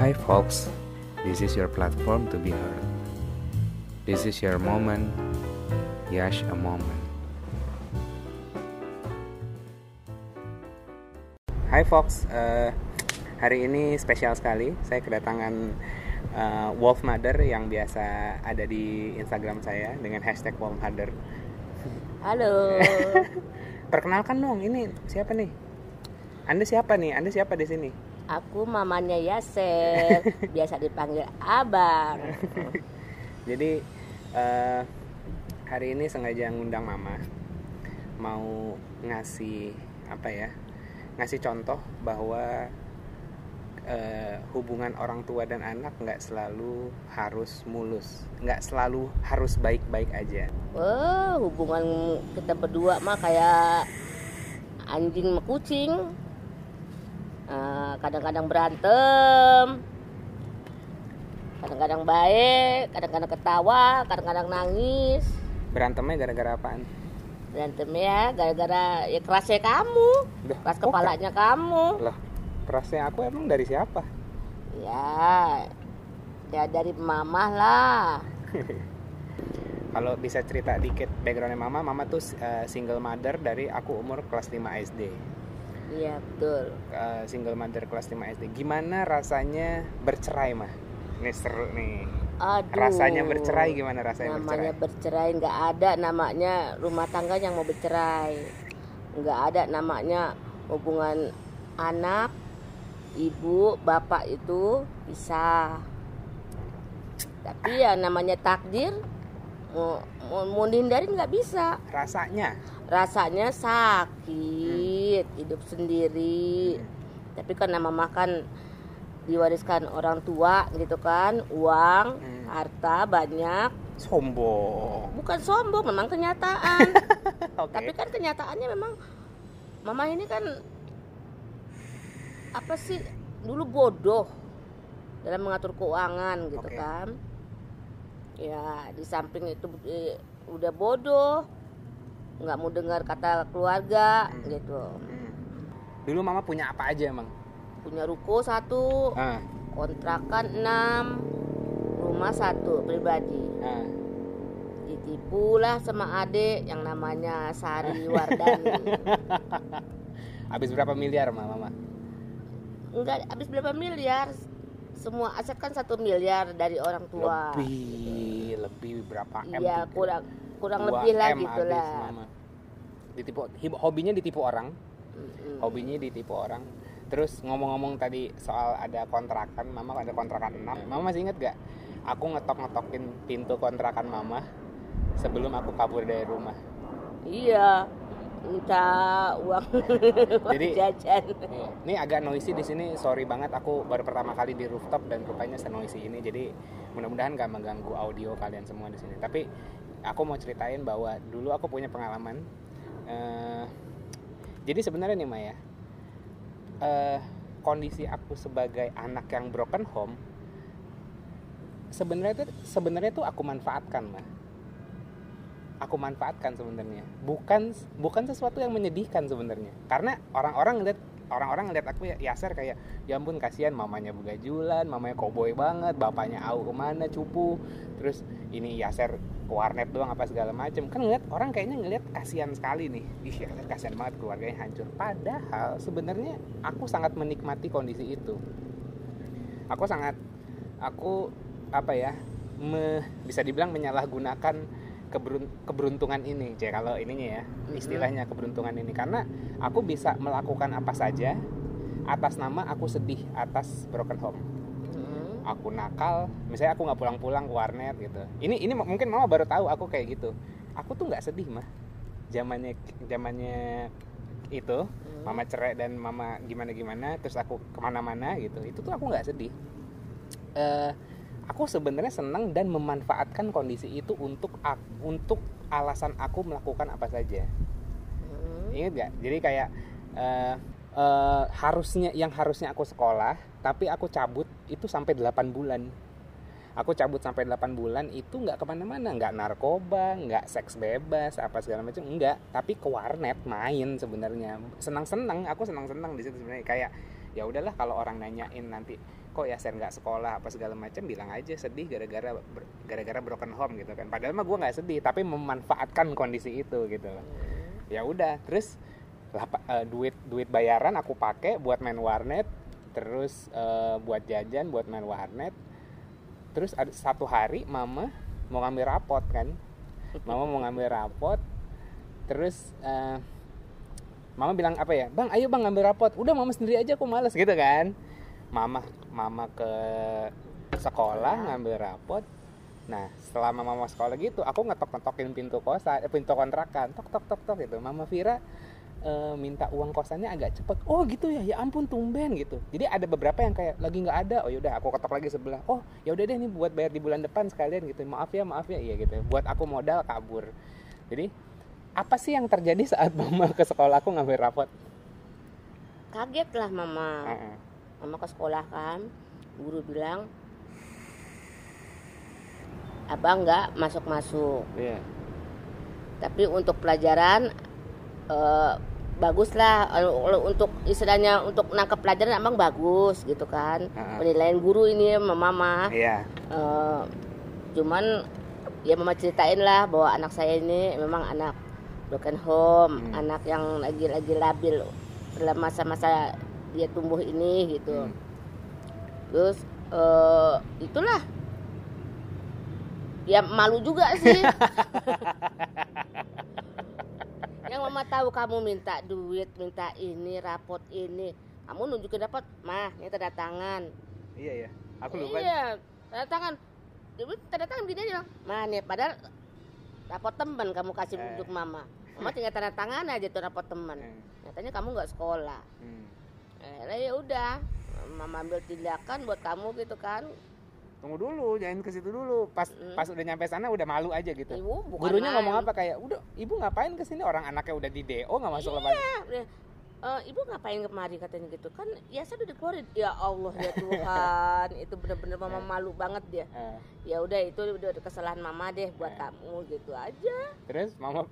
Hi folks, this is your platform to be heard. This is your moment, Yash a moment. Hi folks, hari ini spesial sekali. Saya kedatangan Wolf Mother yang biasa ada di Instagram saya dengan hashtag Wolf Mother. Halo. Perkenalkan dong, ini siapa nih? Anda siapa nih? Anda siapa di sini? Aku mamanya Yaser, biasa dipanggil Abang. Jadi hari ini sengaja ngundang Mama, mau ngasih ngasih contoh bahwa hubungan orang tua dan anak nggak selalu harus mulus, nggak selalu harus baik-baik aja. Hubungan kita berdua mah kayak anjing sama kucing. Kadang-kadang berantem, kadang-kadang baik, kadang-kadang ketawa, kadang-kadang nangis. Berantemnya gara-gara apaan? Berantemnya gara-gara ya kerasnya kamu, keras kepalanya kamu. Loh, kerasnya aku emang dari siapa? Ya dari mamah lah. Kalau bisa cerita dikit backgroundnya Mama tuh single mother dari aku umur kelas 5 SD. Iya betul. Single mother kelas 5 SD. Gimana rasanya bercerai mah? Ini seru nih. Aduh, rasanya bercerai gimana rasanya namanya bercerai nggak ada namanya rumah tangga yang mau bercerai, nggak ada namanya hubungan anak ibu bapak itu pisah. Tapi ya namanya takdir, mau dihindarin nggak bisa. Rasanya sakit, hidup sendiri. Tapi kan nama makan diwariskan orang tua gitu kan, uang, harta banyak. Sombong. Bukan sombong, memang kenyataan. Okay. Tapi kan kenyataannya memang mama ini kan dulu bodoh dalam mengatur keuangan gitu kan. Ya di samping itu udah bodoh, nggak mau dengar kata keluarga gitu. Dulu Mama punya apa aja emang? Punya ruko 1, kontrakan 6, rumah 1 pribadi. Ditipu lah sama adik yang namanya Sari Wardani. Habis berapa miliar Mama? Enggak habis berapa miliar. Semua aset kan 1 miliar dari orang tua. Lebih berapa M? Iya, kurang lebih lah gitulah. Ditipu, hobinya ditipu orang. Terus ngomong-ngomong tadi soal ada kontrakan, Mama ada kontrakan 6. Mama masih inget gak? Aku ngetok-ngetokin pintu kontrakan Mama sebelum aku kabur dari rumah. Iya, minta uang jadi jajan. Ini agak noisy di sini, sorry banget, aku baru pertama kali di rooftop dan rupanya se-noisy ini, jadi mudah-mudahan gak mengganggu audio kalian semua di sini. Tapi aku mau ceritain bahwa dulu aku punya pengalaman. Jadi sebenarnya nih Maya, kondisi aku sebagai anak yang broken home sebenarnya tuh aku manfaatkan mah. Aku manfaatkan sebenarnya. Bukan sesuatu yang menyedihkan sebenarnya. Karena orang-orang ngeliat aku Yaser kayak ya ampun kasihan, mamanya begajulan, mamanya cowboy banget, bapaknya au kemana cupu, terus ini Yaser ke warnet doang apa segala macem. Kan orang kayaknya ngeliat kasihan sekali nih. Yaser kasihan banget, keluarganya hancur. Padahal sebenarnya aku sangat menikmati kondisi itu. Bisa dibilang menyalahgunakan keberuntungan ini, kalau ininya ya istilahnya keberuntungan ini, karena aku bisa melakukan apa saja atas nama aku sedih atas broken home. Aku nakal, misalnya aku nggak pulang-pulang ke warnet gitu. Ini mungkin Mama baru tahu aku kayak gitu. Aku tuh nggak sedih mah. Zamannya itu Mama cerai dan Mama gimana terus aku kemana-mana gitu. Itu tuh aku nggak sedih. Aku sebenarnya senang dan memanfaatkan kondisi itu untuk alasan aku melakukan apa saja. Ingat gak? Jadi kayak harusnya aku sekolah, tapi aku cabut itu sampai 8 bulan. Aku cabut sampai 8 bulan itu nggak kemana-mana, nggak narkoba, nggak seks bebas, apa segala macam, enggak. Tapi ke warnet main sebenarnya. Aku senang di situ sebenarnya. Kayak ya udahlah, kalau orang nanyain nanti kok Yaser nggak sekolah apa segala macam, bilang aja sedih gara-gara broken home gitu kan. Padahal mah gue nggak sedih, tapi memanfaatkan kondisi itu gitu loh. Ya udah, terus duit bayaran aku pakai buat main warnet, terus buat jajan, buat main warnet. Terus ada satu hari mama mau ngambil rapot kan, terus mama bilang apa ya, bang ayo bang ngambil rapot, udah mama sendiri aja, aku malas gitu kan. Mama ke sekolah ngambil rapot. Nah setelah mama sekolah gitu, aku ngetok-ngetokin pintu kontrakan, tok gitu. Mama Vira minta uang kosannya agak cepet. Oh gitu ya ampun tumben gitu. Jadi ada beberapa yang kayak lagi nggak ada, oh yaudah aku ketok lagi sebelah, oh ya udah deh ini buat bayar di bulan depan sekalian gitu, maaf ya iya gitu, buat aku modal kabur. Jadi apa sih yang terjadi saat mama ke sekolah aku ngambil rapot? Kaget lah mama. Mama ke sekolah kan, guru bilang abang nggak masuk. Yeah. Tapi untuk pelajaran bagus lah, untuk istilahnya untuk nangkep pelajaran abang bagus gitu kan. Penilaian guru ini mama. Yeah. Cuman ya mama ceritain lah bahwa anak saya ini memang anak broken home, anak yang lagi labil dalam masa-masa dia tumbuh ini gitu. Terus itulah ya malu juga sih. Yang mama tahu kamu minta duit, minta ini, rapot ini, kamu nunjukin rapot, mah ini tanda tangan. Iya, aku lupa. Iya, tanda tangan. Tanda tangan gini aja, mah nih padahal rapot teman kamu kasih untuk mama. Mama tinggal tanda tangan aja tuh rapot teman. Nyatanya kamu nggak sekolah. Ya udah, mama ambil tindakan buat kamu gitu kan. Tunggu dulu, jangan ke situ dulu. Pas udah nyampe sana udah malu aja gitu. Gurunya main. ngomong apa kayak, "Udah, ibu ngapain ke sini? Orang anaknya udah di DO enggak masuk lepas." Iya. Ibu ngapain kemari katanya gitu. Kan ya saya udah dikeluarin. Ya Allah ya Tuhan, itu benar-benar mama malu banget dia. Ya udah itu udah kesalahan mama deh buat kamu gitu aja. Terus mama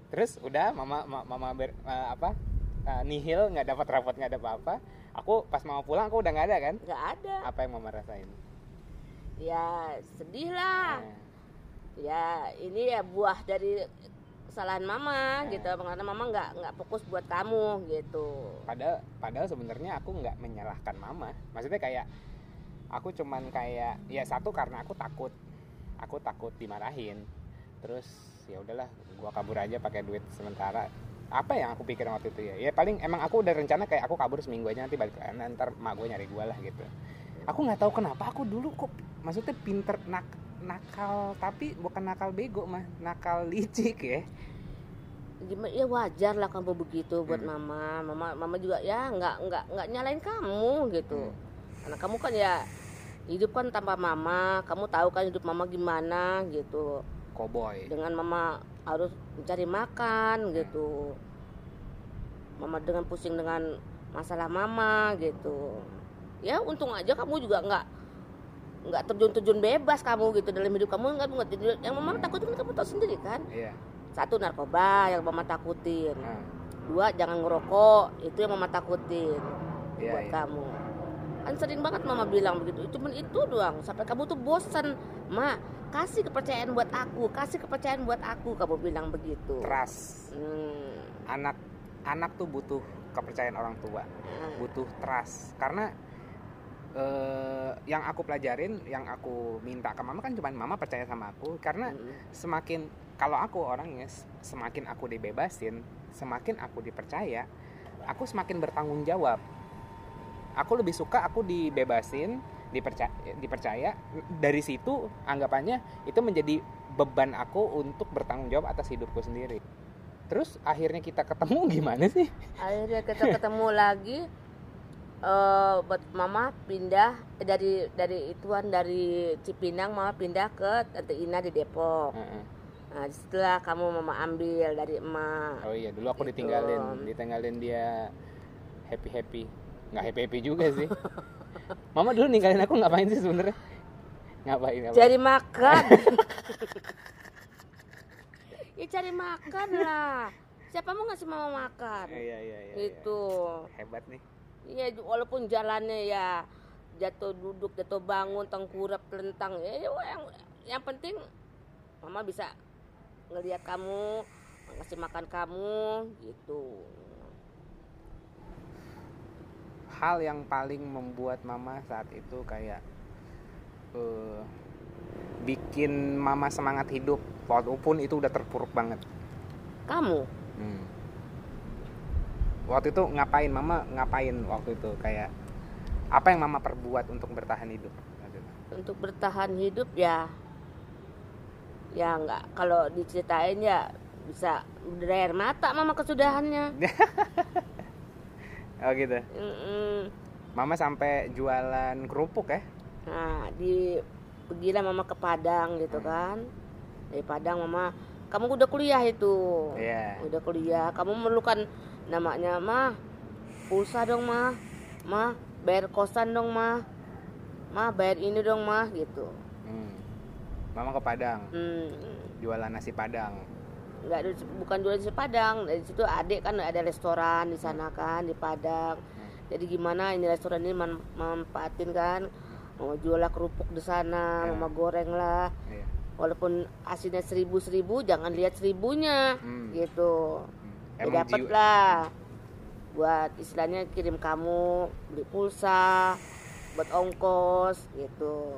nihil, enggak dapat rapot, enggak ada apa-apa. Aku pas mama pulang aku udah enggak ada kan? Enggak ada. Apa yang mama rasain? Ya sedih lah. Ya ini ya buah dari kesalahan mama gitu, karena mama nggak fokus buat kamu gitu. Padahal sebenarnya aku nggak menyalahkan mama. Maksudnya kayak aku cuman kayak ya satu karena aku takut dimarahin. Terus ya udahlah, gua kabur aja pakai duit sementara. Apa yang aku pikir waktu itu ya paling emang aku udah rencana kayak aku kabur seminggu aja, nanti balik ntar mak gue nyari gue lah gitu. Aku nggak tahu kenapa aku dulu kok maksudnya pinter nakal, tapi bukan nakal bego mah, nakal licik ya. Gimana ya, wajar lah kamu begitu buat mama juga ya nggak nyalain kamu gitu. Karena kamu kan ya hidup kan tanpa mama, kamu tahu kan hidup mama gimana gitu. Cowboy. Dengan mama harus mencari makan gitu. Mama dengan pusing dengan masalah mama gitu. Ya untung aja kamu juga nggak terjun bebas kamu gitu dalam hidup kamu, nggak yang mama takutin kamu tahu sendiri kan. Satu, narkoba yang mama takutin. Dua, jangan ngerokok, itu yang mama takutin buat kamu. Kan sering banget mama bilang begitu, cuman itu doang sampai kamu tuh bosan. Ma, kasih kepercayaan buat aku, kamu bilang begitu. Trust. Anak tuh butuh kepercayaan orang tua, butuh trust. Karena yang aku pelajarin, yang aku minta ke mama kan cuma mama percaya sama aku. Karena semakin, kalau aku orangnya semakin aku dibebasin, semakin aku dipercaya, aku semakin bertanggung jawab. Aku lebih suka aku dibebasin, dipercaya. Dari situ anggapannya itu menjadi beban aku untuk bertanggung jawab atas hidupku sendiri. Terus akhirnya kita ketemu gimana sih? Akhirnya kita ketemu lagi. Buat mama pindah dari Cipinang, mama pindah ke Tante Ina di Depok. Nah, setelah kamu mama ambil dari emak. Oh iya, dulu aku gitu. ditinggalin dia happy. Nggak happy juga sih. Mama dulu ninggalin aku ngapain sih sebenarnya? Ngapain? Cari makan. Ya cari makan lah. Siapa mau ngasih mama makan? Iya. Itu. Hebat nih. Iya, walaupun jalannya ya jatuh duduk, jatuh bangun, tengkurap, telentang, yang penting mama bisa ngelihat kamu, ngasih makan kamu gitu. Hal yang paling membuat mama saat itu kayak bikin mama semangat hidup walaupun itu udah terpuruk banget. Kamu? Waktu itu ngapain waktu itu, kayak apa yang mama perbuat untuk bertahan hidup? Untuk bertahan hidup ya nggak, kalau diceritain ya bisa berair mata mama kesudahannya. Oh gitu. Mama sampai jualan kerupuk ya? Nah, pergilah mama ke Padang gitu kan. Dari Padang mama, kamu udah kuliah itu. Yeah. Udah kuliah, kamu memerlukan namanya mah pulsa dong mah, bayar kosan dong mah, bayar ini dong mah gitu. Mama ke Padang. Jualan nasi Padang. Enggak, bukan jualan nasi Padang. Dari situ adik kan ada restoran di sana kan di Padang. Jadi gimana ini restoran ini manfaatin kan, mau jual kerupuk di sana, mama goreng lah. Walaupun hasilnya 1.000 jangan lihat 1.000-nya gitu. Ya dapat lah buat istilahnya kirim kamu, beli pulsa, buat ongkos gitu.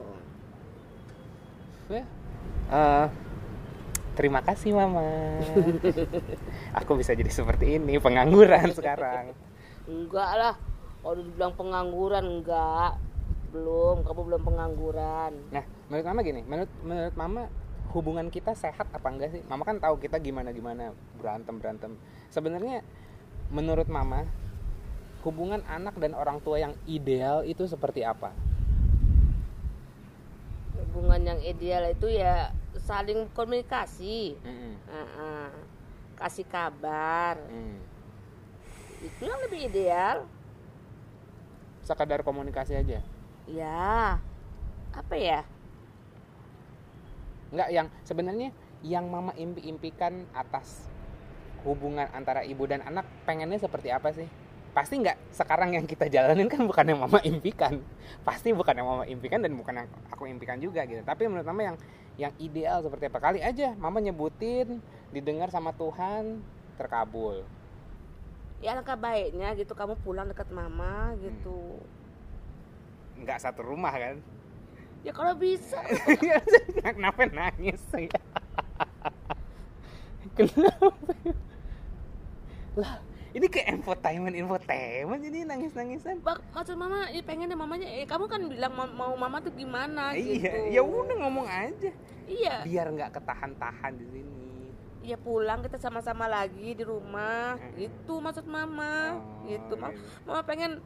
Terima kasih mama. Aku bisa jadi seperti ini, pengangguran sekarang. Enggak lah, kalau dibilang pengangguran enggak, kamu belum pengangguran. Nah, menurut mama gini, menurut mama hubungan kita sehat apa enggak sih? Mama kan tahu kita gimana berantem. Sebenarnya menurut mama hubungan anak dan orang tua yang ideal itu seperti apa? Hubungan yang ideal itu ya saling komunikasi, kasih kabar, itu yang lebih ideal. Sekadar komunikasi aja? Ya, apa ya? Enggak, yang sebenarnya yang mama impikan atas hubungan antara ibu dan anak pengennya seperti apa sih? Pasti nggak sekarang yang kita jalanin kan bukan yang mama impikan, pasti bukan yang mama impikan dan bukan yang aku impikan juga gitu. Tapi menurut mama yang ideal seperti apa? Kali aja mama nyebutin, didengar sama Tuhan, terkabul. Ya alangkah baiknya gitu kamu pulang dekat mama gitu. Nggak satu rumah kan? Ya kalau bisa. Kenapa nangis ya? Kenapa? Lah, ini kayak infotainment jadi nangis-nangisan. Maksud mama, pengennya mamanya, kamu kan bilang mau mama tuh gimana gitu. Iya, ya udah ngomong aja. Iya. Biar nggak ketahan-tahan di sini. Iya, pulang kita sama-sama lagi di rumah. Itu maksud mama. Gitu. Mama pengen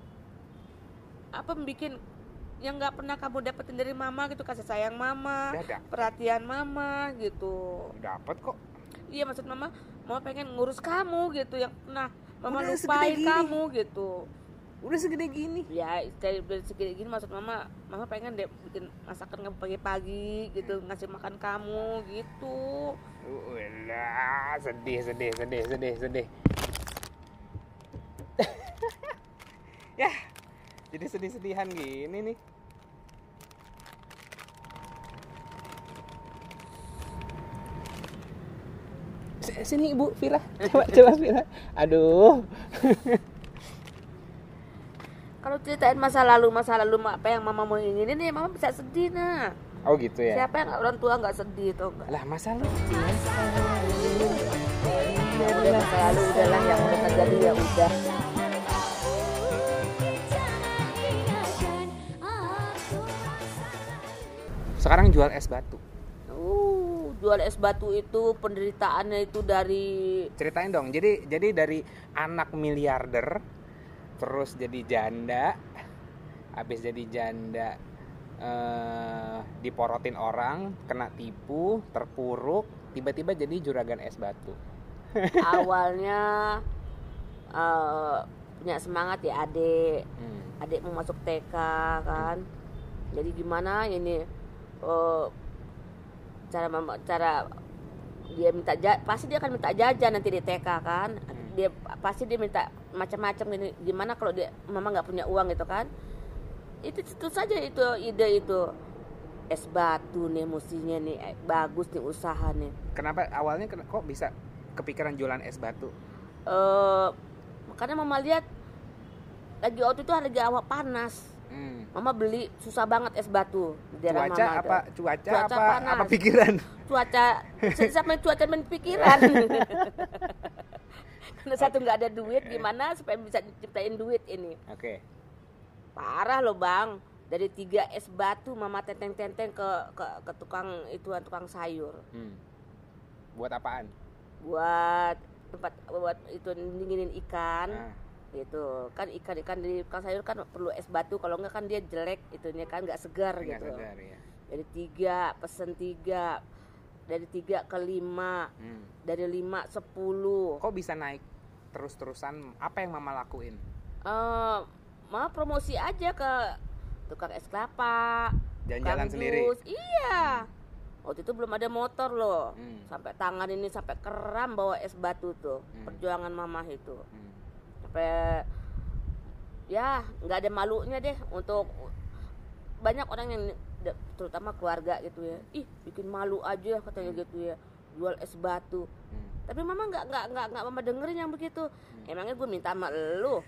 bikin yang nggak pernah kamu dapetin dari mama gitu, kasih sayang mama, perhatian mama gitu. Dapat kok. Iya, maksud mama pengen ngurus kamu gitu, yang pernah mama lupain kamu gitu. Udah segede gini. Ya, segede gini maksud mama pengen deh bikin masakan kamu pagi-pagi gitu, ngasih makan kamu gitu. Ulah, sedih. Ya, jadi sedih-sedihan gini nih. Sini Ibu Vira, coba Vira. Aduh. Kalau ceritain masa lalu apa yang mama mau inginin ya mama bisa sedih nah. Oh gitu ya. Siapa yang orang tua nggak sedih tuh enggak? Lah masa lalu. Udah masa lalu udahlah, yang udah terjadi ya udah. Sekarang jual es batu. Jual es batu itu penderitaannya itu dari, ceritain dong. Jadi dari anak miliarder terus jadi janda, habis jadi janda diporotin orang, kena tipu, terpuruk, tiba-tiba jadi juragan es batu. Awalnya punya semangat ya adik mau masuk TK kan. Jadi gimana ini cara dia minta pasti dia akan minta jajan nanti di TK kan. Dia minta macam-macam gini. Gimana kalau dia mama nggak punya uang gitu kan? Itu saja itu ide itu. Es batu nih mestinya nih bagus nih usaha nih. Kenapa awalnya kok bisa kepikiran jualan es batu? Karena mama lihat lagi waktu itu harga awal panas. Mama beli susah banget es batu di daerah cuaca mama. Cuaca panas. apa pikiran? Cuaca main pikiran. Karena satu nggak ada duit, gimana supaya bisa ciptain duit ini? Oke. Parah loh bang. Dari 3 es batu mama tenteng-tenteng ke tukang sayur. Buat apaan? Buat itu dinginin ikan. Gitu kan, ikan di tukang sayur kan perlu es batu, kalau enggak kan dia jelek itunya kan, nggak segar gitu. Segar, ya. Dari 3 pesen 3, dari 3 ke 5, dari 5 10. Kok bisa naik terus-terusan? Apa yang mama lakuin? Mama promosi aja ke tukang es kelapa, jalan-jalan sendiri. Iya. Waktu itu belum ada motor loh. Sampai tangan ini sampai kram bawa es batu tuh. Perjuangan mama itu. Sampai ya nggak ada malunya deh untuk banyak orang yang terutama keluarga gitu ya. Ih, bikin malu aja katanya gitu ya. Jual es batu. Tapi mama nggak mama dengerin yang begitu. Emangnya gue minta sama lu?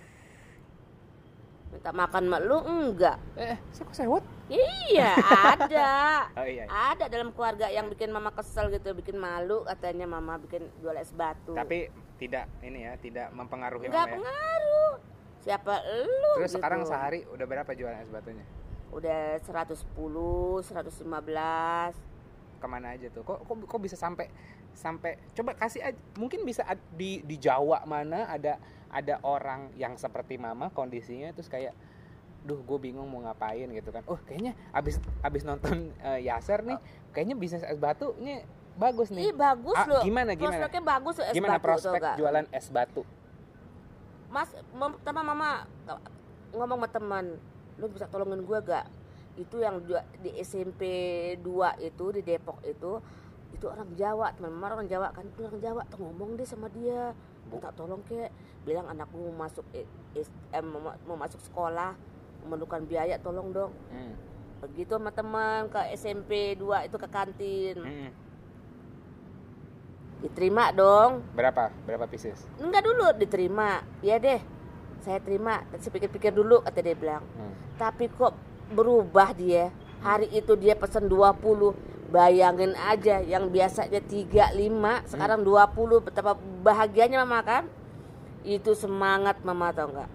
Minta makan sama lu enggak? Saya kok sewot? Iya, ada. Oh, iya. Ada dalam keluarga yang bikin mama kesel gitu, bikin malu katanya mama bikin jual es batu. Tapi tidak mempengaruhi enggak mama ya? Pengaruh. Siapa lu? Terus gitu. sekarang sehari udah berapa jualan es batunya? Udah 110, 115. Kemana aja tuh? Kok bisa sampai coba kasih aja. Mungkin bisa di Jawa mana ada orang yang seperti mama kondisinya, terus kayak duh gue bingung mau ngapain gitu kan. Kayaknya abis nonton Yaser nih, kayaknya bisnis es batu ini bagus nih. Bagus loh. Gimana? Prospeknya bagus loh es gimana batu. Prospek jualan es batu? Mas, pertama mama ngomong sama teman, lu bisa tolongin gue gak? Itu yang di SMP 2 itu di Depok itu orang Jawa, teman mama orang Jawa kan, itu orang Jawa tuh, ngomong deh sama dia, minta tolong kek, bilang anakku mau masuk mau masuk sekolah, memerlukan biaya, tolong dong. Begitu sama teman ke SMP 2 itu ke kantin. Diterima dong. Berapa pieces? Enggak dulu, diterima. Iya deh, saya terima. Saya pikir-pikir dulu, kata dia bilang. Tapi kok berubah dia. Hari itu dia pesan 20. Bayangin aja, yang biasanya 3-5 sekarang 20. Betapa bahagianya mama kan. Itu semangat mama, tau gak?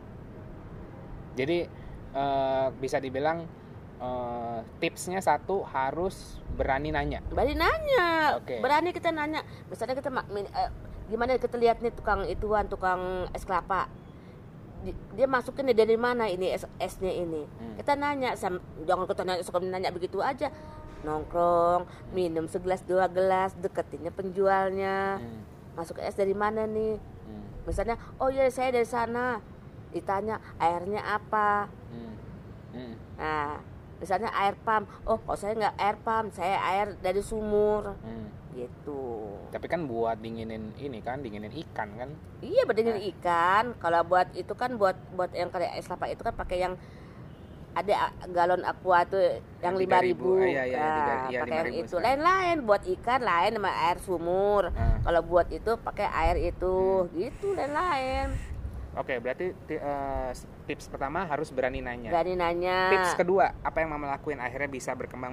Jadi bisa dibilang tipsnya satu, harus berani nanya. Okay. Berani kita nanya. Misalnya kita gimana kita lihat nih tukang es kelapa, dia masukin dari mana ini esnya ini. Kita nanya, jangan kita nanya begitu aja. Nongkrong, minum segelas 2 gelas, deketinnya penjualnya. Masuk es dari mana nih? Misalnya, oh iya saya dari sana. Ditanya airnya apa? Nah, misalnya air pump. Oh, kalau saya nggak air pump, saya air dari sumur. Gitu. Tapi kan buat dinginin ikan kan? Iya, buat dinginin ikan. Kalau buat itu kan buat yang kayak es kelapa itu kan pakai yang ada galon aqua tuh yang 5.000. Pakai yang itu. Lain-lain buat ikan lain sama air sumur. Kalau buat itu pakai air itu. Gitu, lain-lain. Oke, berarti tips pertama harus berani nanya. Tips kedua, apa yang mama lakuin akhirnya bisa berkembang?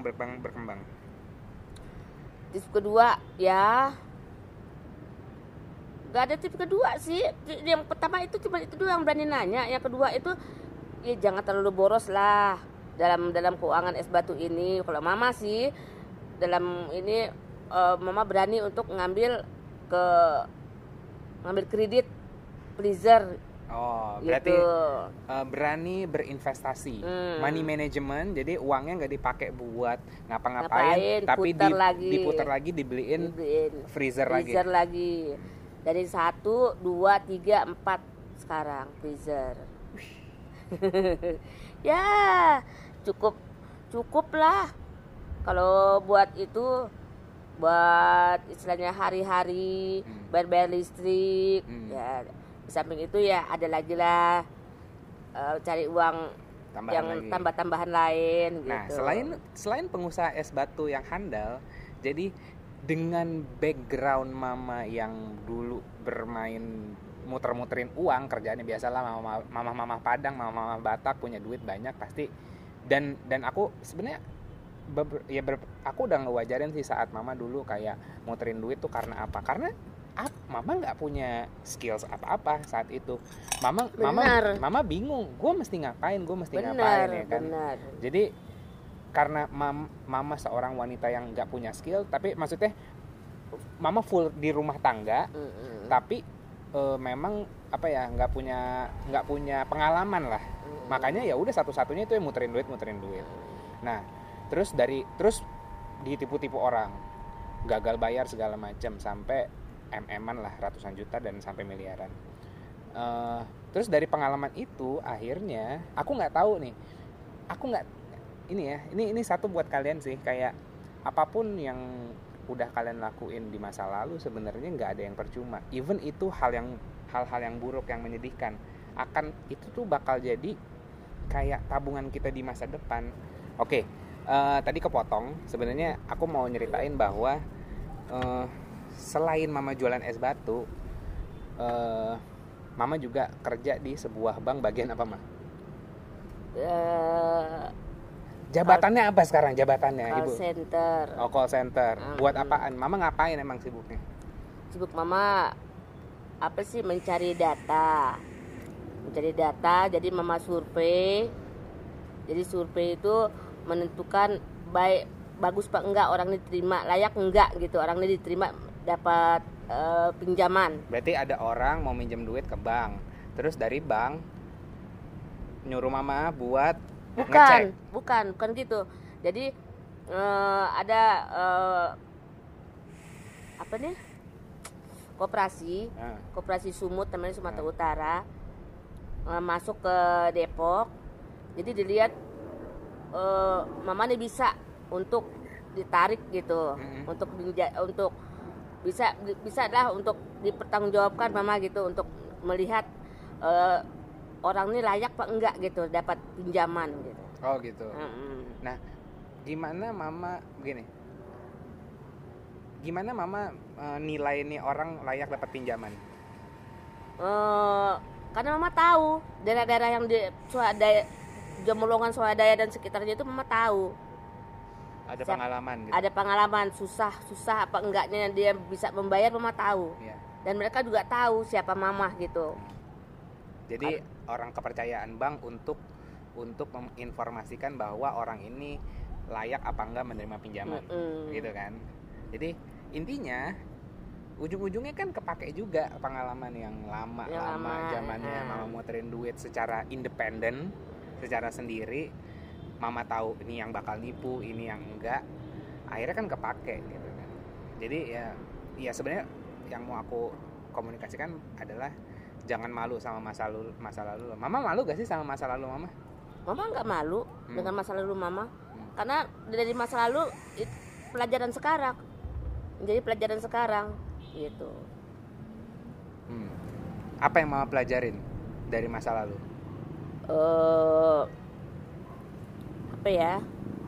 Tips kedua, ya gak ada tips kedua sih. Yang pertama itu cuma itu doang, berani nanya. Yang kedua itu, ya jangan terlalu boros lah dalam keuangan es batu ini. Kalau mama sih dalam ini mama berani untuk ngambil kredit freezer. Oh, berarti berani berinvestasi, money management. Jadi uangnya nggak dipakai buat ngapa-ngapain, tapi diputar lagi, dibeliin freezer lagi. Dari 1, 2, 3, 4 sekarang freezer. Ya cukup lah. Kalau buat itu, buat istilahnya hari-hari, bayar listrik, ya Di samping itu ya ada lagi lah cari uang tambahan yang lagi. Tambahan lain Nah, gitu. selain pengusaha es batu yang handal, jadi dengan background mama yang dulu bermain muter-muterin uang, kerjaannya biasalah mama Padang, mama Batak, punya duit banyak pasti. Dan aku sebenarnya aku udah ngewajarin sih saat mama dulu kayak muterin duit tuh karena apa? Karena mama nggak punya skills apa-apa saat itu. Mama bingung, gue mesti ngapain ya kan. Benar. Jadi karena mama seorang wanita yang nggak punya skill, tapi maksudnya mama full di rumah tangga, tapi memang apa ya, nggak punya pengalaman lah. Makanya ya udah satu-satunya itu yang muterin duit. Nah, terus ditipu-tipu orang, gagal bayar segala macam sampai MM-an lah, ratusan juta dan sampai miliaran. Terus dari pengalaman itu akhirnya aku nggak tahu nih, ini satu buat kalian sih, kayak apapun yang udah kalian lakuin di masa lalu sebenarnya nggak ada yang percuma. Even itu hal-hal yang buruk, yang menyedihkan, itu tuh bakal jadi kayak tabungan kita di masa depan. Oke, tadi kepotong. Sebenarnya aku mau nyeritain bahwa selain mama jualan es batu, mama juga kerja di sebuah bank. Bagian apa, Ma? Jabatannya apa sekarang jabatannya, call Ibu? Center. Oh, call center. Buat apaan? Mama ngapain emang sibuknya? Sibuk mama apa sih, mencari data. Jadi mama survei. Jadi survei itu menentukan bagus pak enggak orang ini diterima, layak enggak gitu orang ini diterima dapat pinjaman. Berarti ada orang mau minjem duit ke bank, terus dari bank nyuruh mama buat ngecek. Bukan gitu. Jadi ada apa nih, koperasi Sumut, namanya Sumatera Utara, masuk ke Depok. Jadi dilihat mama nih bisa untuk ditarik gitu, untuk bisa lah untuk dipertanggungjawabkan mama gitu, untuk melihat orang ini layak apa enggak gitu dapat pinjaman gitu. Oh gitu. Nah, gimana mama nilai nih orang layak dapat pinjaman? Karena mama tahu daerah-daerah yang di Jamulungan, Swadaya dan sekitarnya itu mama tahu. Ada pengalaman gitu. Ada pengalaman susah apa enggaknya dia bisa membayar, mama tahu. Yeah. Dan mereka juga tahu siapa mama gitu. Jadi orang kepercayaan bank untuk menginformasikan bahwa orang ini layak apa enggak menerima pinjaman, gitu kan. Jadi intinya ujung-ujungnya kan kepake juga pengalaman yang lama zamannya mama muterin duit secara independen, secara sendiri. Mama tahu ini yang bakal nipu, ini yang enggak. Akhirnya kan kepake gitu kan. Jadi ya sebenarnya yang mau aku komunikasikan adalah jangan malu sama masa lalu. Mama malu gak sih sama masa lalu mama? Mama nggak malu dengan masa lalu mama. Karena dari masa lalu pelajaran sekarang. Menjadi pelajaran sekarang gitu. Apa yang mama pelajarin dari masa lalu? Apa ya?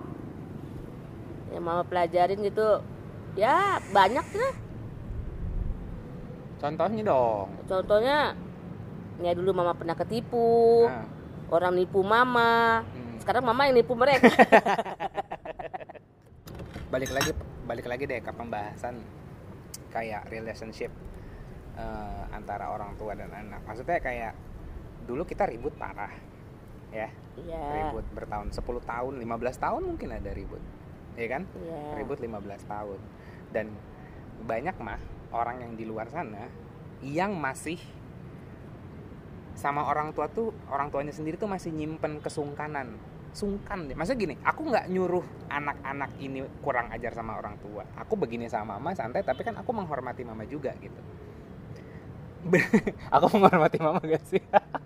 Yang mama pelajarin gitu ya banyak lah. Contohnya dong. Contohnya ya dulu mama pernah ketipu. Orang nipu mama. Sekarang mama yang nipu mereka. Balik lagi deh ke pembahasan kayak relationship antara orang tua dan anak. Maksudnya kayak dulu kita ribut parah. Ya. Ribut bertahun, 10 tahun, 15 tahun mungkin ada ribut. Iya kan? Ribut 15 tahun. Dan banyak mah orang yang di luar sana yang masih sama orang tuanya sendiri tuh masih nyimpen kesungkanan. Sungkan deh. Maksudnya gini, aku nggak nyuruh anak-anak ini kurang ajar sama orang tua. Aku begini sama mama santai, tapi kan aku menghormati mama juga gitu. Aku menghormati mama gak sih?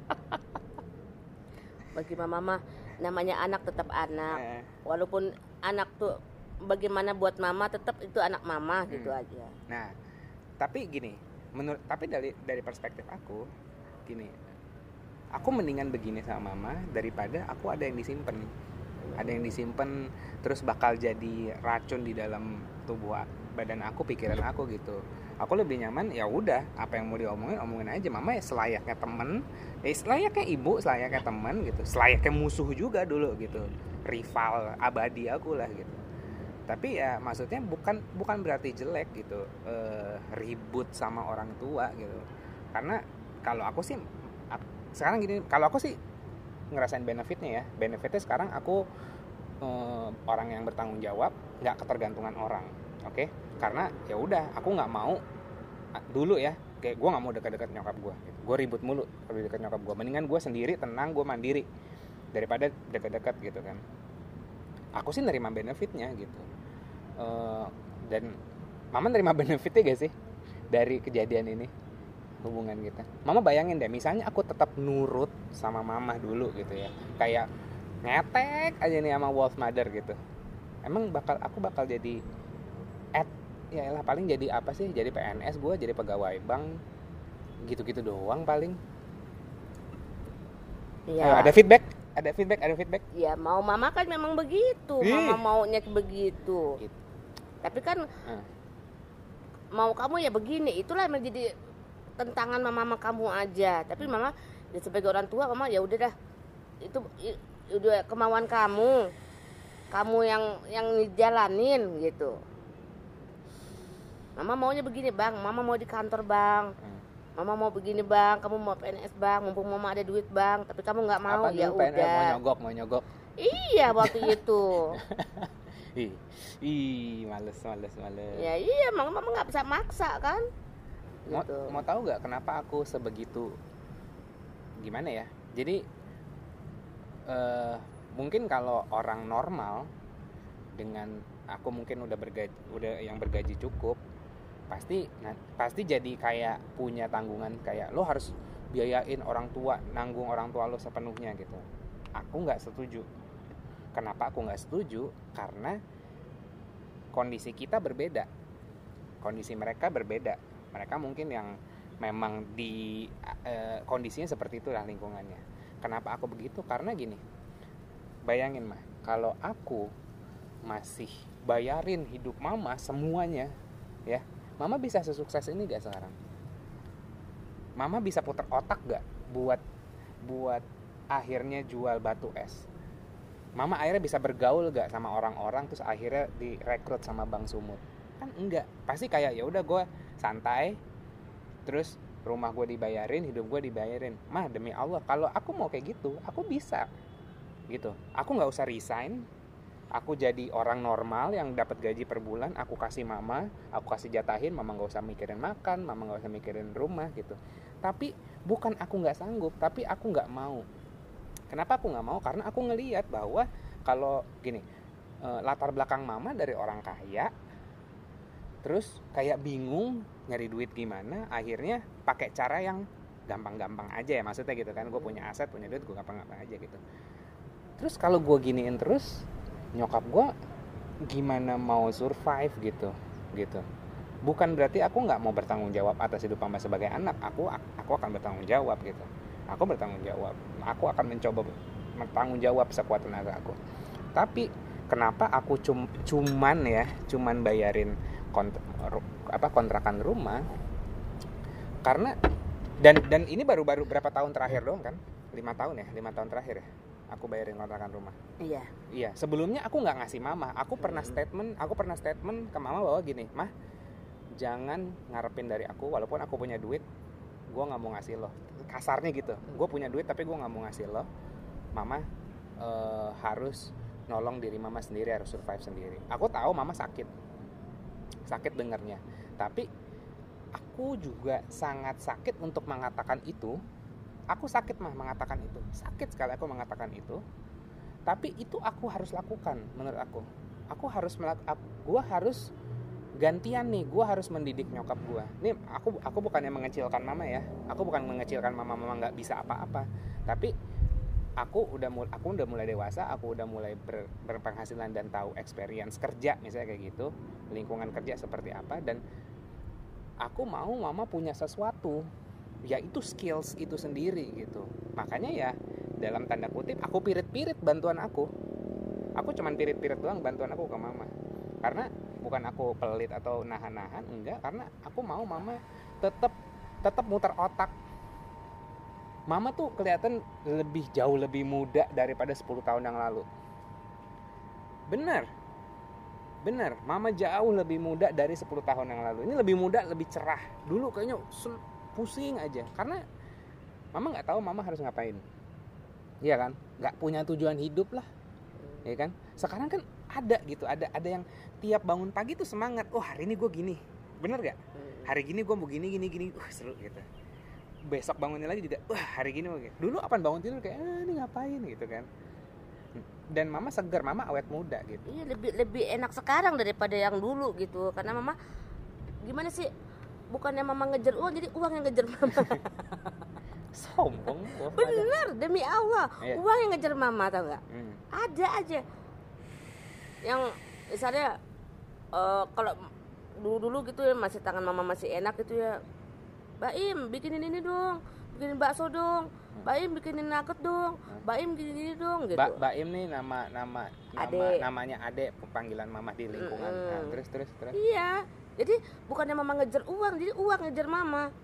Bagi mama namanya anak tetap anak. Walaupun anak tuh bagaimana buat mama, tetap itu anak mama gitu aja. Nah, tapi gini, tapi dari perspektif aku, gini, aku mendingan begini sama mama daripada aku ada yang disimpan terus bakal jadi racun di dalam tubuh badan aku, pikiran aku gitu. Aku lebih nyaman ya udah, apa yang mau omongin aja. Mama ya selayaknya temen, selayaknya ibu, selayaknya temen gitu, selayaknya musuh juga dulu gitu, rival abadi aku lah gitu. Tapi ya maksudnya bukan berarti jelek gitu, ribut sama orang tua gitu. Karena kalau aku sih sekarang gini, kalau aku sih ngerasain benefitnya sekarang aku orang yang bertanggung jawab, nggak ketergantungan orang, oke? Karena ya udah, aku nggak mau dulu ya, kayak gue nggak mau dekat-dekat nyokap gue gitu. Gue ribut mulu kalau dekat nyokap gue, mendingan gue sendiri tenang, gue mandiri daripada dekat-dekat gitu kan. Aku sih nerima benefitnya gitu. Dan mama nerima benefitnya gak sih dari kejadian ini, hubungan kita? Mama bayangin deh, misalnya aku tetap nurut sama mama dulu gitu ya, kayak ngetek aja nih sama wolf mother gitu, emang aku bakal jadi ya elah paling jadi apa sih, jadi PNS gue, jadi pegawai bank gitu-gitu doang paling. Ya. Ada feedback. Ya mau mama kan memang begitu. Mama maunya begitu gitu. Tapi kan mau kamu ya begini, itulah yang menjadi tentangan mama kamu aja. Tapi mama ya sebagai orang tua, mama ya udah dah, itu udah kemauan kamu yang jalanin gitu. Mama maunya begini bang, mama mau di kantor bang, mama mau begini bang, kamu mau PNS bang, mumpung mama ada duit bang, tapi kamu nggak mau. Ya udah, mau nyogok. Iya waktu itu. Males. Ya iya, mama nggak bisa maksa kan. Gitu. Mau tahu nggak kenapa aku sebegitu? Gimana ya? Jadi mungkin kalau orang normal dengan aku mungkin udah yang bergaji cukup, pasti jadi kayak punya tanggungan, kayak lo harus biayain orang tua, nanggung orang tua lo sepenuhnya gitu. Aku nggak setuju. Kenapa aku nggak setuju? Karena kondisi kita berbeda, kondisi mereka berbeda. Mereka mungkin yang memang di kondisinya seperti itulah lingkungannya. Kenapa aku begitu? Karena gini, bayangin mah, kalau aku masih bayarin hidup mama semuanya, ya, mama bisa sesukses ini gak sekarang? Mama bisa putar otak gak buat akhirnya jual batu es? Mama akhirnya bisa bergaul gak sama orang-orang terus akhirnya direkrut sama Bang Sumut? Kan enggak. Pasti kayak ya udah gue santai, terus rumah gue dibayarin, hidup gue dibayarin. Mah demi Allah, kalau aku mau kayak gitu, aku bisa gitu. Aku nggak usah resign. Aku jadi orang normal yang dapat gaji per bulan, aku kasih mama, aku kasih jatahin, mama nggak usah mikirin makan, mama nggak usah mikirin rumah gitu. Tapi bukan aku nggak sanggup, tapi aku nggak mau. Kenapa aku nggak mau? Karena aku ngelihat bahwa kalau gini, latar belakang mama dari orang kaya, terus kayak bingung nyari duit gimana, akhirnya pakai cara yang gampang-gampang aja ya, maksudnya gitu kan, gue punya aset, punya duit, gue gampang-gampang aja gitu. Terus kalau gue giniin terus, nyokap gue gimana mau survive gitu. Bukan berarti aku nggak mau bertanggung jawab atas hidup mama sebagai anak. Aku akan bertanggung jawab gitu. Aku bertanggung jawab. Aku akan mencoba bertanggung jawab sekuat tenaga aku. Tapi kenapa aku cuman bayarin kontrakan rumah? Karena dan ini baru berapa tahun terakhir doang kan? 5 tahun terakhir ya. Aku bayarin kontrakan rumah. Iya. Sebelumnya aku nggak ngasih mama. Aku pernah statement ke mama bahwa gini, mah, jangan ngarepin dari aku, walaupun aku punya duit, gue nggak mau ngasih lo. Kasarnya gitu. Gue punya duit tapi gue nggak mau ngasih lo. Mama harus nolong diri mama sendiri, harus survive sendiri. Aku tahu mama sakit dengarnya. Tapi aku juga sangat sakit untuk mengatakan itu. Aku sakit mengatakan itu. Sakit sekali aku mengatakan itu. Tapi itu aku harus lakukan menurut aku. Gue harus gantian nih. Gue harus mendidik nyokap gue. Nih aku bukannya mengecilkan mama ya. Aku bukan mengecilkan mama nggak bisa apa-apa. Tapi aku udah mulai dewasa. Aku udah mulai berpenghasilan dan tahu experience kerja misalnya kayak gitu. Lingkungan kerja seperti apa. Dan aku mau mama punya sesuatu ya itu skills itu sendiri gitu. Makanya ya dalam tanda kutip aku pirit-pirit bantuan aku cuman pirit-pirit doang bantuan aku ke mama, karena bukan aku pelit atau nahan-nahan, enggak, karena aku mau mama tetap muter otak. Mama tuh kelihatan jauh lebih muda daripada 10 tahun yang lalu. Bener, mama jauh lebih muda dari 10 tahun yang lalu. Ini lebih muda, lebih cerah. Dulu kayaknya pusing aja, karena mama nggak tahu mama harus ngapain. Iya kan? Nggak punya tujuan hidup lah. Ya kan? Sekarang kan ada gitu, ada yang tiap bangun pagi tuh semangat. Oh, hari ini gue gini. Bener gak? Hari gini gue mau gini. Seru gitu. Besok bangunnya lagi juga, hari gini mau gitu. Dulu apaan bangun tidur kayak ini ngapain gitu kan. Dan mama segar, mama awet muda gitu. Iya, lebih enak sekarang daripada yang dulu gitu. Karena mama gimana sih? Bukannya mama ngejar uang, jadi uang yang ngejar mama. Sombong. Bener, demi Allah. Iya. Uang yang ngejar mama, tau gak? Ada aja yang misalnya kalau dulu gitu ya, masih tangan mama masih enak gitu ya, Baim bikinin ini dong, bikinin bakso dong, Baim bikinin nugget dong, Baim gini dong gitu. Baim nih namanya Ade, panggilan mama di lingkungan. Nah, terus. Iya, jadi bukannya mama ngejar uang, jadi uang ngejar mama.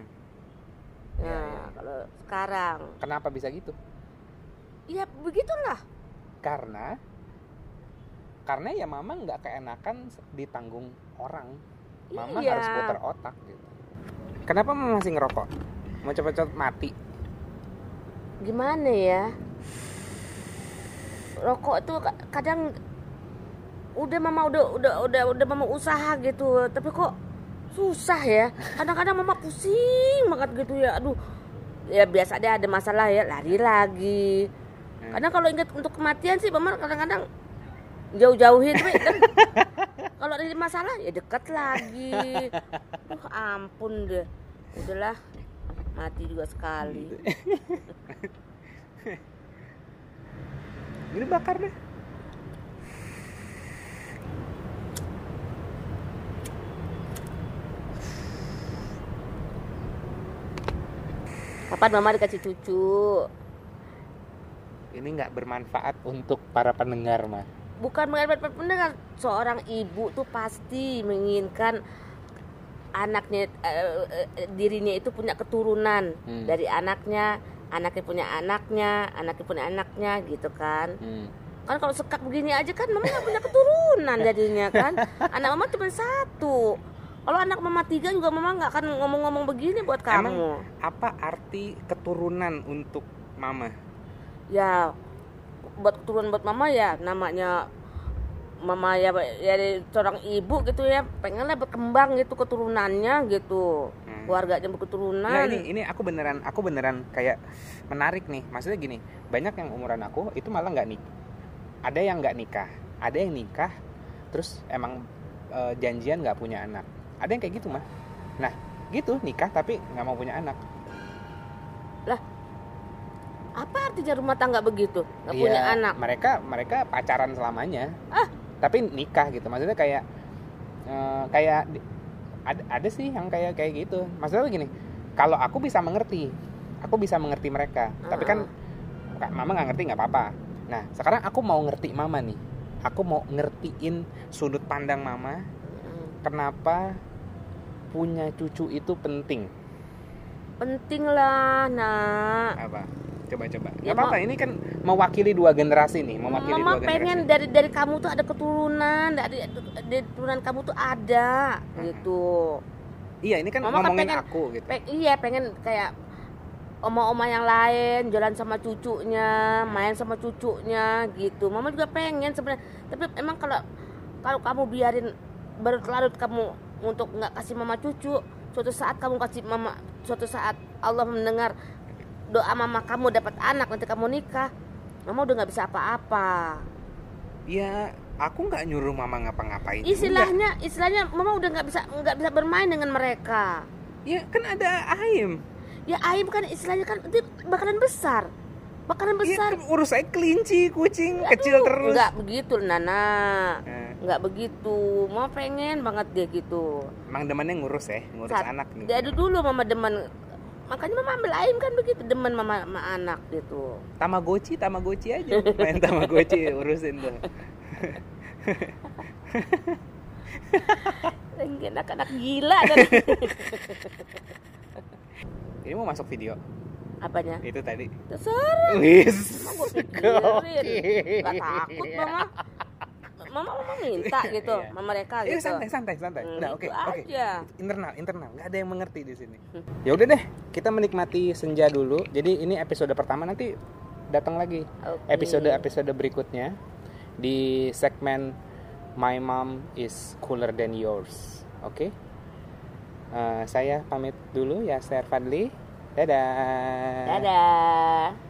Nah, kalau sekarang kenapa bisa gitu? Ya begitulah. Karena ya mama nggak keenakan ditanggung orang. Mama harus putar otak gitu. Kenapa mama masih ngerokok? Mau cepet-cepet mati? Gimana ya? Rokok tuh kadang mama udah mama usaha gitu, tapi kok susah ya. Kadang-kadang mama pusing banget gitu ya. Aduh, ya biasa deh, ada masalah ya lari lagi. Karena kalau ingat untuk kematian sih mama kadang-kadang jauh-jauhin, tapi kan kalau ada masalah ya deket lagi. Ampun deh, udahlah, mati juga sekali. Ini bakar deh. Kapan mama dikasih cucu? Ini nggak bermanfaat untuk para pendengar, mah. Bukan mengenai pendengar. Seorang ibu tuh pasti menginginkan anaknya, dirinya itu punya keturunan dari anaknya punya anaknya gitu kan. Kan kalau sekak begini aja kan mama nggak punya keturunan jadinya kan. Anak mama cuma 1. Kalau anak mama 3 juga mama nggak akan ngomong-ngomong begini buat kamu. Emang apa arti keturunan untuk mama? Ya buat keturunan buat mama ya namanya mama ya dari seorang ibu gitu ya, pengenlah berkembang gitu keturunannya gitu. Keluarganya berketurunan. Nah, ini aku beneran kayak menarik nih. Maksudnya gini, banyak yang umuran aku itu malah nggak nikah. Ada yang nggak nikah, ada yang nikah terus emang janjian nggak punya anak. Ada yang kayak gitu mah. Nah gitu, nikah tapi nggak mau punya anak. Lah, apa artinya rumah tangga begitu? Nggak punya anak? Mereka pacaran selamanya. Tapi nikah gitu. Maksudnya kayak ada sih yang kayak gitu. Maksudnya gini, kalau aku bisa mengerti mereka. Tapi kan mama nggak ngerti, nggak apa-apa. Nah sekarang aku mau ngerti mama nih. Aku mau ngertiin sudut pandang mama. Kenapa punya cucu itu penting? Penting lah, nak. Apa? Coba. Ya, apa-apa, ini kan mewakili 2 generasi nih, Mama pengen dari kamu tuh ada keturunan, dari keturunan kamu tuh ada gitu. Iya, ini kan mama ngomongin kan aku gitu. Pengen kayak oma-oma yang lain jalan sama cucunya, main sama cucunya gitu. Mama juga pengen sebenarnya. Tapi emang kalau kamu biarin berlarut kamu untuk nggak kasih mama cucu, suatu saat kamu kasih mama, suatu saat Allah mendengar doa mama kamu dapat anak, nanti kamu nikah, mama udah nggak bisa apa-apa. Ya aku nggak nyuruh mama ngapa-ngapain. Istilahnya mama udah nggak bisa bermain dengan mereka. Ya kan ada Aim. Ya Aim kan istilahnya kan nanti bakalan besar. Ya, urus saya kelinci, kucing. Aduh, kecil terus. Nggak begitu Nana. Nggak begitu. Mama pengen banget dia gitu. Emang demennya ngurus anak nih. Dari dulu mama demen Makanya mama ambil ayam kan begitu, demen mama sama anak gitu. Tamagotchi aja. Main Tamagotchi urusin tuh. Anak-anak gila kan. Ini mau masuk video. Apanya? Itu tadi. Terserah. Wis. Gue pikirin. Gak takut mama. Mama minta gitu sama mereka gitu. Santai. Udah oke. Internal. Enggak ada yang mengerti di sini. Ya udah deh, kita menikmati senja dulu. Jadi ini episode pertama, nanti datang lagi. Episode berikutnya di segmen My Mom is Cooler Than Yours. Oke? Saya pamit dulu, Yaser Fadli. Dadah.